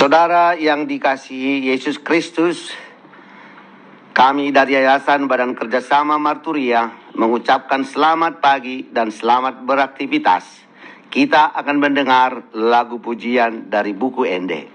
Saudara yang dikasihi Yesus Kristus, kami dari Yayasan Badan Kerjasama Marturia mengucapkan selamat pagi dan selamat beraktivitas. Kita akan mendengar lagu pujian dari buku Ende.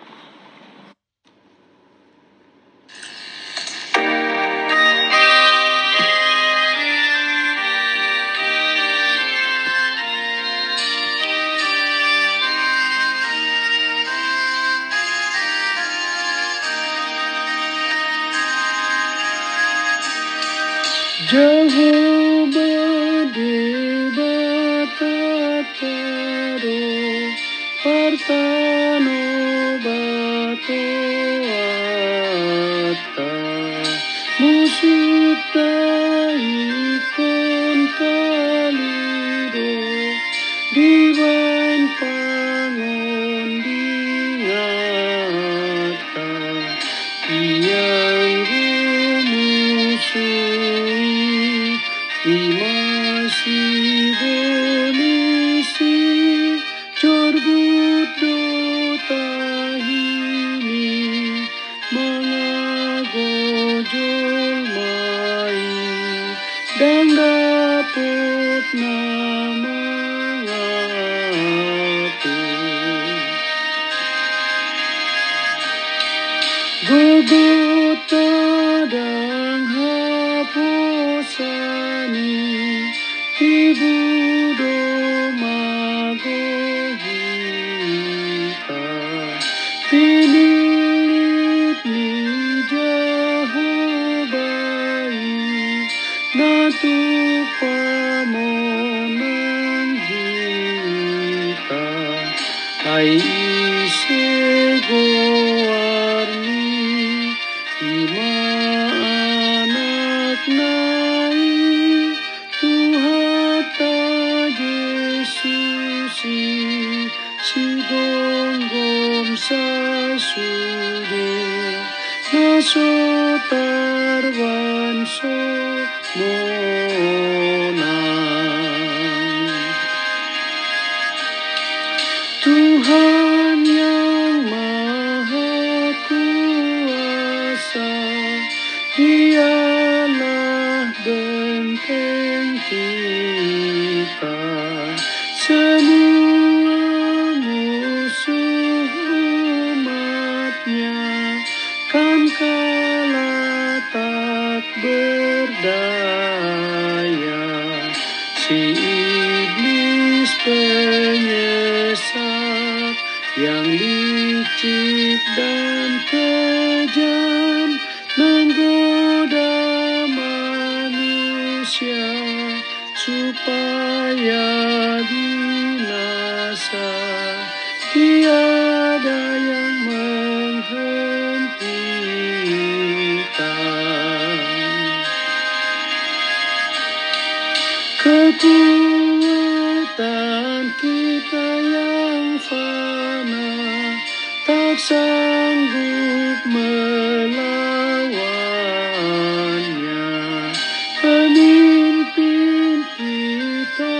Jauh berdebat-taro, partano batoata, musuta ikon kaliro, dibain pangon dingata, yang rumusui imasi bonisi corbudo tahini mangagojol mai dan dapot namangatu gogota dan haposani tibudo magohita pinilit ni Jehobai natupamonang hita ai segoarni ima anak nai Tuhata Yesusi si gonggom sasude nasotar banso monang Tuhan yang Maha Kuasa, Dialah benteng kita. Semua musuh umatnya kan kalah tak berdaya. Si iblis penyesat yang licik dan kejam menggoda manusia supaya binasa. Tiada yang menghentikan kekuatan kita yang fana, tak sanggup melawannya. Pemimpin kita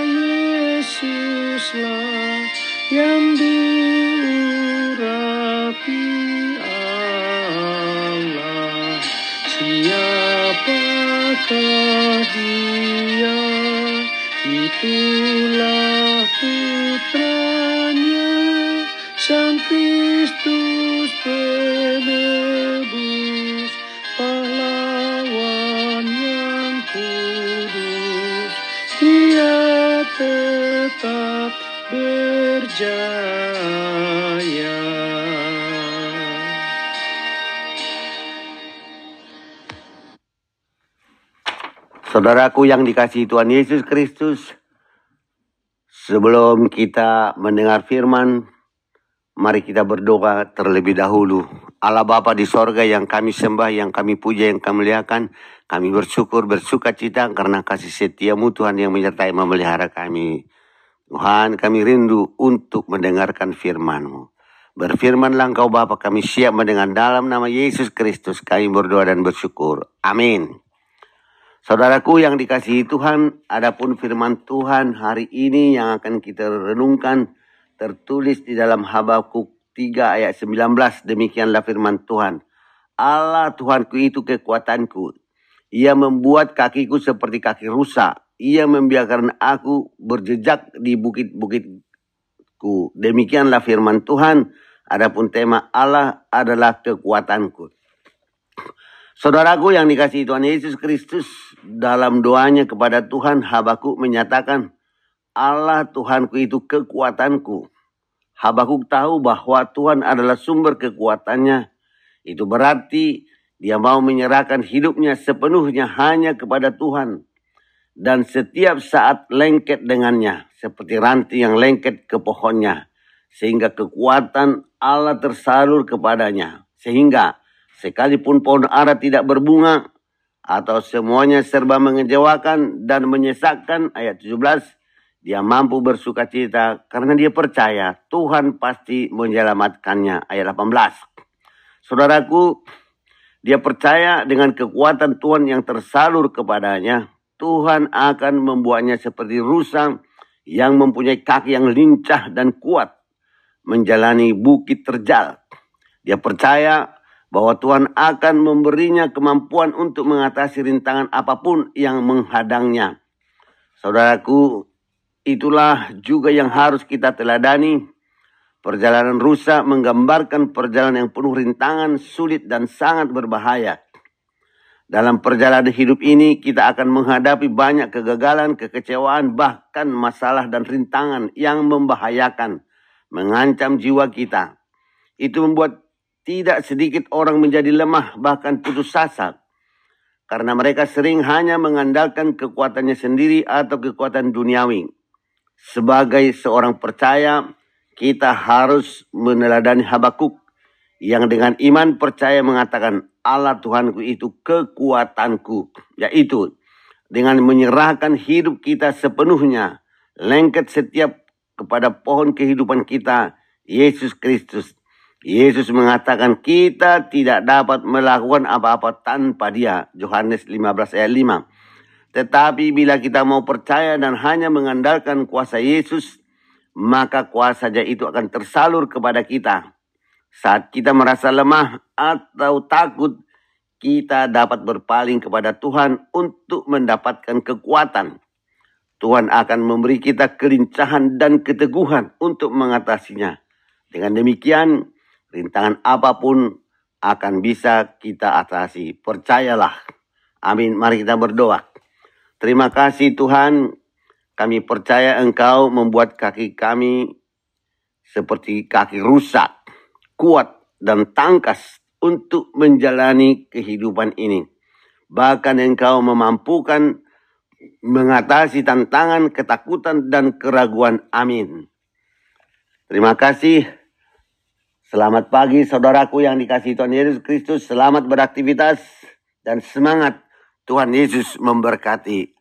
Yesuslah yang diurapi Allah. Siapakah dia? Itulah putranya, Sang Kristus penebus, pahlawan yang kudus. Dia tetap berjaya. Saudaraku yang dikasihi Tuhan Yesus Kristus, sebelum kita mendengar firman, mari kita berdoa terlebih dahulu. Allah Bapa di sorga yang kami sembah, yang kami puja, yang kami muliakan, kami bersyukur, bersuka cita karena kasih setiamu Tuhan yang menyertai memelihara kami. Tuhan, kami rindu untuk mendengarkan firman-Mu. Berfirmanlah Engkau Bapa, kami siap mendengar dalam nama Yesus Kristus. Kami berdoa dan bersyukur. Amin. Saudaraku yang dikasihi Tuhan, adapun firman Tuhan hari ini yang akan kita renungkan tertulis di dalam Habakuk 3 ayat 19, demikianlah firman Tuhan. Allah Tuhanku itu kekuatanku. Ia membuat kakiku seperti kaki rusa. Ia membiarkan aku berjejak di bukit-bukitku. Demikianlah firman Tuhan. Adapun tema Allah adalah kekuatanku. Saudaraku yang dikasihi Tuhan Yesus Kristus, dalam doanya kepada Tuhan, Habakuk menyatakan, Allah Tuhanku itu kekuatanku. Habakuk tahu bahwa Tuhan adalah sumber kekuatannya. Itu berarti dia mau menyerahkan hidupnya sepenuhnya hanya kepada Tuhan. Dan setiap saat lengket dengannya, seperti ranting yang lengket ke pohonnya. Sehingga kekuatan Allah tersalur kepadanya. Sehingga sekalipun pohon ara tidak berbunga, atau semuanya serba mengecewakan dan menyesakkan, ayat 17, dia mampu bersukacita karena dia percaya Tuhan pasti menyelamatkannya, ayat 18. Saudaraku, dia percaya dengan kekuatan Tuhan yang tersalur kepadanya, Tuhan akan membuatnya seperti rusa yang mempunyai kaki yang lincah dan kuat menjalani bukit terjal. Dia percaya bahwa Tuhan akan memberinya kemampuan untuk mengatasi rintangan apapun yang menghadangnya. Saudaraku, itulah juga yang harus kita teladani. Perjalanan rusa menggambarkan perjalanan yang penuh rintangan, sulit dan sangat berbahaya. Dalam perjalanan hidup ini kita akan menghadapi banyak kegagalan, kekecewaan, bahkan masalah dan rintangan yang membahayakan, mengancam jiwa kita. Itu membuat tidak sedikit orang menjadi lemah, bahkan putus asa. Karena mereka sering hanya mengandalkan kekuatannya sendiri atau kekuatan duniawi. Sebagai seorang percaya, kita harus meneladani Habakuk yang dengan iman percaya mengatakan, Allah Tuhanku itu kekuatanku. Yaitu dengan menyerahkan hidup kita sepenuhnya, lengket setiap kepada pohon kehidupan kita, Yesus Kristus. Yesus mengatakan kita tidak dapat melakukan apa-apa tanpa Dia. Yohanes 15 ayat 5. Tetapi bila kita mau percaya dan hanya mengandalkan kuasa Yesus, maka kuasanya itu akan tersalur kepada kita. Saat kita merasa lemah atau takut, kita dapat berpaling kepada Tuhan untuk mendapatkan kekuatan. Tuhan akan memberi kita kelincahan dan keteguhan untuk mengatasinya. Dengan demikian, rintangan apapun akan bisa kita atasi. Percayalah. Amin. Mari kita berdoa. Terima kasih Tuhan. Kami percaya Engkau membuat kaki kami seperti kaki rusak, kuat dan tangkas untuk menjalani kehidupan ini. Bahkan Engkau memampukan mengatasi tantangan, ketakutan dan keraguan. Amin. Terima kasih. Selamat pagi saudaraku yang dikasihi Tuhan Yesus Kristus. Selamat beraktivitas dan semangat. Tuhan Yesus memberkati.